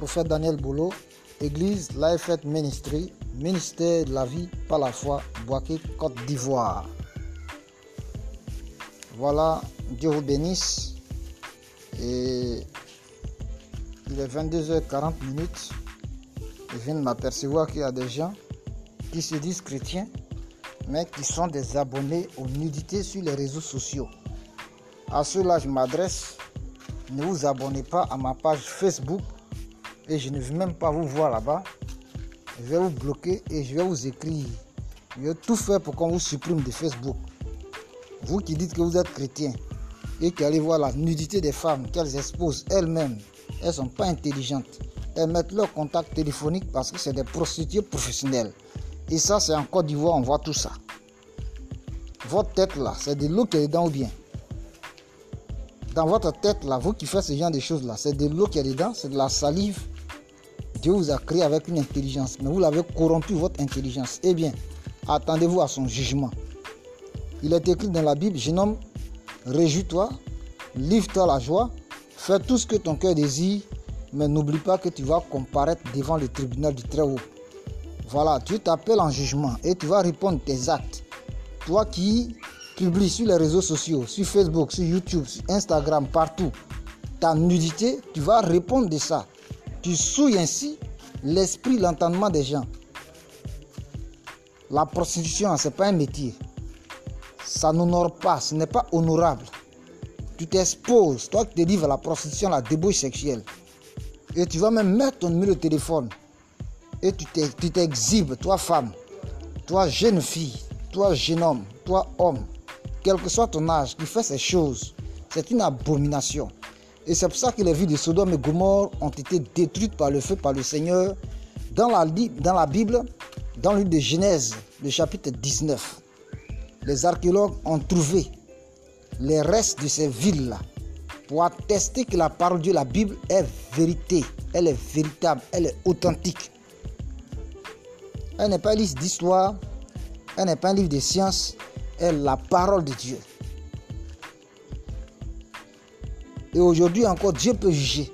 prophète Daniel Bolo, Église Life Faith Ministry, ministère de la vie par la foi, Boaké, Côte d'Ivoire. Voilà, Dieu vous bénisse. Et il est 22h40. Je viens de m'apercevoir qu'il y a des gens qui se disent chrétiens, mais qui sont des abonnés aux nudités sur les réseaux sociaux. À ceux-là, je m'adresse. Ne vous abonnez pas à ma page Facebook et je ne vais même pas vous voir là-bas. Je vais vous bloquer et je vais vous écrire. Je vais tout faire pour qu'on vous supprime de Facebook. Vous qui dites que vous êtes chrétien et qui allez voir la nudité des femmes qu'elles exposent elles-mêmes, elles ne sont pas intelligentes. Elles mettent leur contact téléphonique parce que c'est des prostituées professionnelles. Et ça, c'est en Côte d'Ivoire, on voit tout ça. Votre tête là, c'est de l'eau qui est dedans ou bien? Dans votre tête là, vous qui faites ce genre de choses là, c'est de l'eau qui est dedans, c'est de la salive. Dieu vous a créé avec une intelligence, mais vous l'avez corrompu, votre intelligence. Eh bien, attendez-vous à son jugement. Il est écrit dans la Bible, jeune homme, réjouis-toi, livre-toi la joie, fais tout ce que ton cœur désire, mais n'oublie pas que tu vas comparaître devant le tribunal du Très-Haut. Voilà, Dieu t'appelle en jugement et tu vas répondre tes actes. Toi qui publies sur les réseaux sociaux, sur Facebook, sur YouTube, sur Instagram, partout, ta nudité, tu vas répondre de ça. Tu souilles ainsi l'esprit, l'entendement des gens. La prostitution, ce n'est pas un métier. Ça n'honore pas, ce n'est pas honorable. Tu t'exposes, toi qui te livres à la prostitution, à la débauche sexuelle. Et tu vas même mettre ton numéro de téléphone. Et tu t'exhibes, toi femme, toi jeune fille, toi jeune homme, toi homme, quel que soit ton âge, qui fait ces choses. C'est une abomination. Et c'est pour ça que les villes de Sodome et Gomorrhe ont été détruites par le feu, par le Seigneur. Dans la Bible, dans le livre de Genèse, le chapitre 19, les archéologues ont trouvé les restes de ces villes-là pour attester que la parole de Dieu, la Bible, est vérité. Elle est véritable, elle est authentique. Elle n'est pas un livre d'histoire, elle n'est pas un livre de science, elle est la parole de Dieu. Et aujourd'hui encore, Dieu peut juger.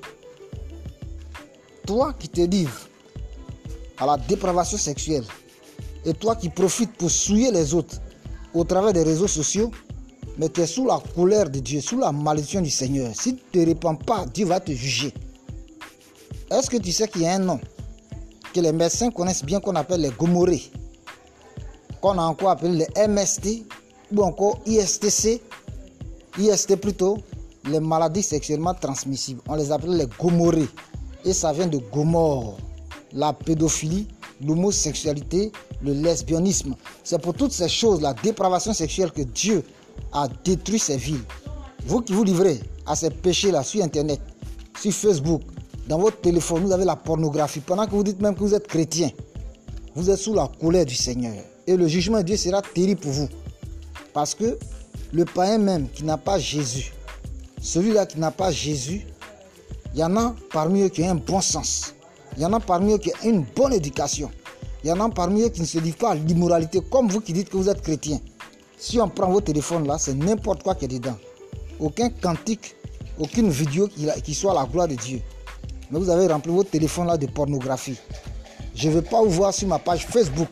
Toi qui te livres à la dépravation sexuelle et toi qui profites pour souiller les autres au travers des réseaux sociaux, mais tu es sous la colère de Dieu, sous la malédiction du Seigneur. Si tu ne te répands pas, Dieu va te juger. Est-ce que tu sais qu'il y a un nom que les médecins connaissent bien, qu'on appelle les gomorrhées, qu'on a encore appelé les MST ou encore IST plutôt, les maladies sexuellement transmissibles. On les appelle les gomorrhées et ça vient de Gomorrhe, la pédophilie, l'homosexualité, le lesbianisme. C'est pour toutes ces choses, la dépravation sexuelle, que Dieu a détruit ces villes. Vous qui vous livrez à ces péchés-là sur Internet, sur Facebook, dans votre téléphone, vous avez la pornographie. Pendant que vous dites même que vous êtes chrétien, vous êtes sous la colère du Seigneur. Et le jugement de Dieu sera terrible pour vous. Parce que le païen même qui n'a pas Jésus, celui-là qui n'a pas Jésus, il y en a parmi eux qui ont un bon sens. Il y en a parmi eux qui ont une bonne éducation. Il y en a parmi eux qui ne se livrent pas à l'immoralité, comme vous qui dites que vous êtes chrétien. Si on prend vos téléphones là, c'est n'importe quoi qui est dedans. Aucun cantique, aucune vidéo qui soit à la gloire de Dieu. Mais vous avez rempli votre téléphone là de pornographie. Je ne vais pas vous voir sur ma page Facebook.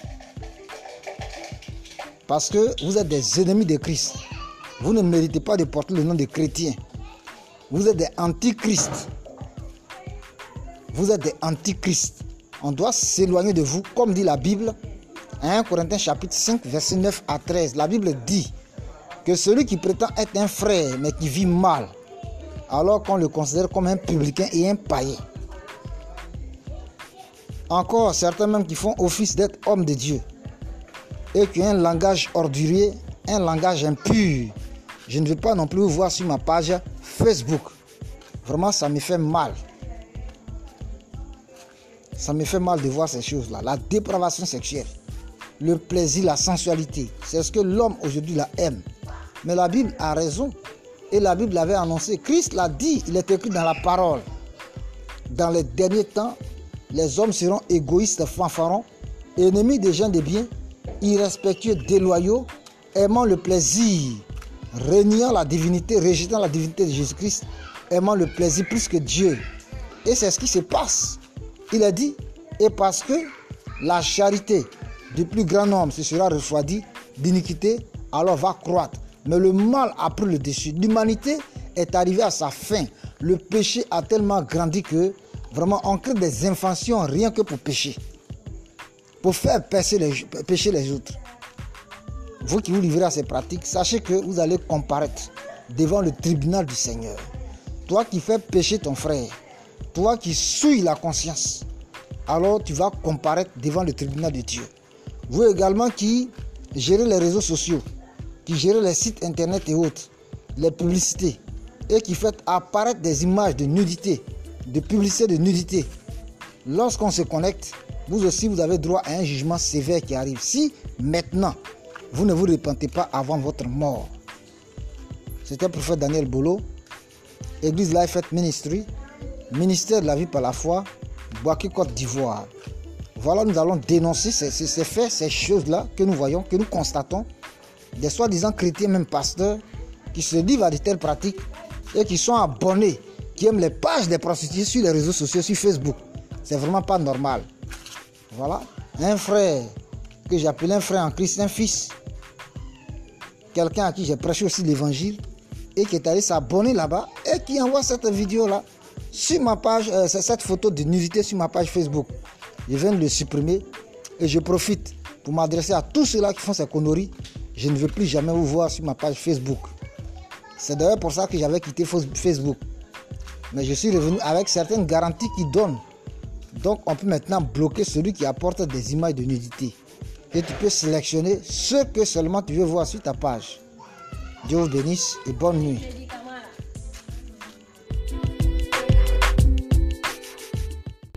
Parce que vous êtes des ennemis de Christ. Vous ne méritez pas de porter le nom de chrétien. Vous êtes des antichrists. Vous êtes des antichrists. On doit s'éloigner de vous, comme dit la Bible, 1 Corinthiens chapitre 5, verset 9 à 13. La Bible dit que celui qui prétend être un frère, mais qui vit mal, alors qu'on le considère comme un publicain et un païen. Encore certains même qui font office d'être hommes de Dieu et qui ont un langage ordurier, un langage impur. Je ne veux pas non plus vous voir sur ma page Facebook. Vraiment, ça me fait mal. Ça me fait mal de voir ces choses-là. La dépravation sexuelle, le plaisir, la sensualité, c'est ce que l'homme aujourd'hui aime. Mais la Bible a raison. Et la Bible l'avait annoncé. Christ l'a dit, il est écrit dans la parole. Dans les derniers temps, les hommes seront égoïstes, fanfarons, ennemis des gens de bien, irrespectueux, déloyaux, aimant le plaisir, reniant la divinité, rejetant la divinité de Jésus-Christ, aimant le plaisir plus que Dieu. Et c'est ce qui se passe. Il a dit, et parce que la charité du plus grand nombre se sera refroidie, d'iniquité alors va croître. Mais le mal a pris le dessus. L'humanité est arrivée à sa fin. Le péché a tellement grandi que vraiment on crée des inventions rien que pour pécher. Pour faire pécher les autres. Vous qui vous livrez à ces pratiques, sachez que vous allez comparaître devant le tribunal du Seigneur. Toi qui fais pécher ton frère, toi qui souilles la conscience, alors tu vas comparaître devant le tribunal de Dieu. Vous également qui gérez les réseaux sociaux, qui gérez les sites internet et autres, les publicités, et qui faites apparaître des images de nudité, de publicité de nudité. Lorsqu'on se connecte, vous aussi vous avez droit à un jugement sévère qui arrive. Si maintenant, vous ne vous repentez pas avant votre mort. C'était le prophète Daniel Bolo, Église Life Faith Ministry, ministère de la vie par la foi, Boaké, Côte d'Ivoire. Voilà, nous allons dénoncer ces faits, ces choses-là que nous voyons, que nous constatons, des soi-disant chrétiens, même pasteurs, qui se livrent à de telles pratiques et qui sont abonnés, qui aiment les pages des prostituées sur les réseaux sociaux, sur Facebook. C'est vraiment pas normal. Voilà, un frère que j'appelais un frère en Christ, un fils, quelqu'un à qui j'ai prêché aussi l'évangile et qui est allé s'abonner là-bas et qui envoie cette vidéo-là sur ma page, cette photo de nudité sur ma page Facebook. Je viens de le supprimer et je profite pour m'adresser à tous ceux-là qui font ces conneries. Je ne veux plus jamais vous voir sur ma page Facebook. C'est d'ailleurs pour ça que j'avais quitté Facebook. Mais je suis revenu avec certaines garanties qui donnent. Donc on peut maintenant bloquer celui qui apporte des images de nudité. Et tu peux sélectionner ce que seulement tu veux voir sur ta page. Dieu vous bénisse et bonne nuit.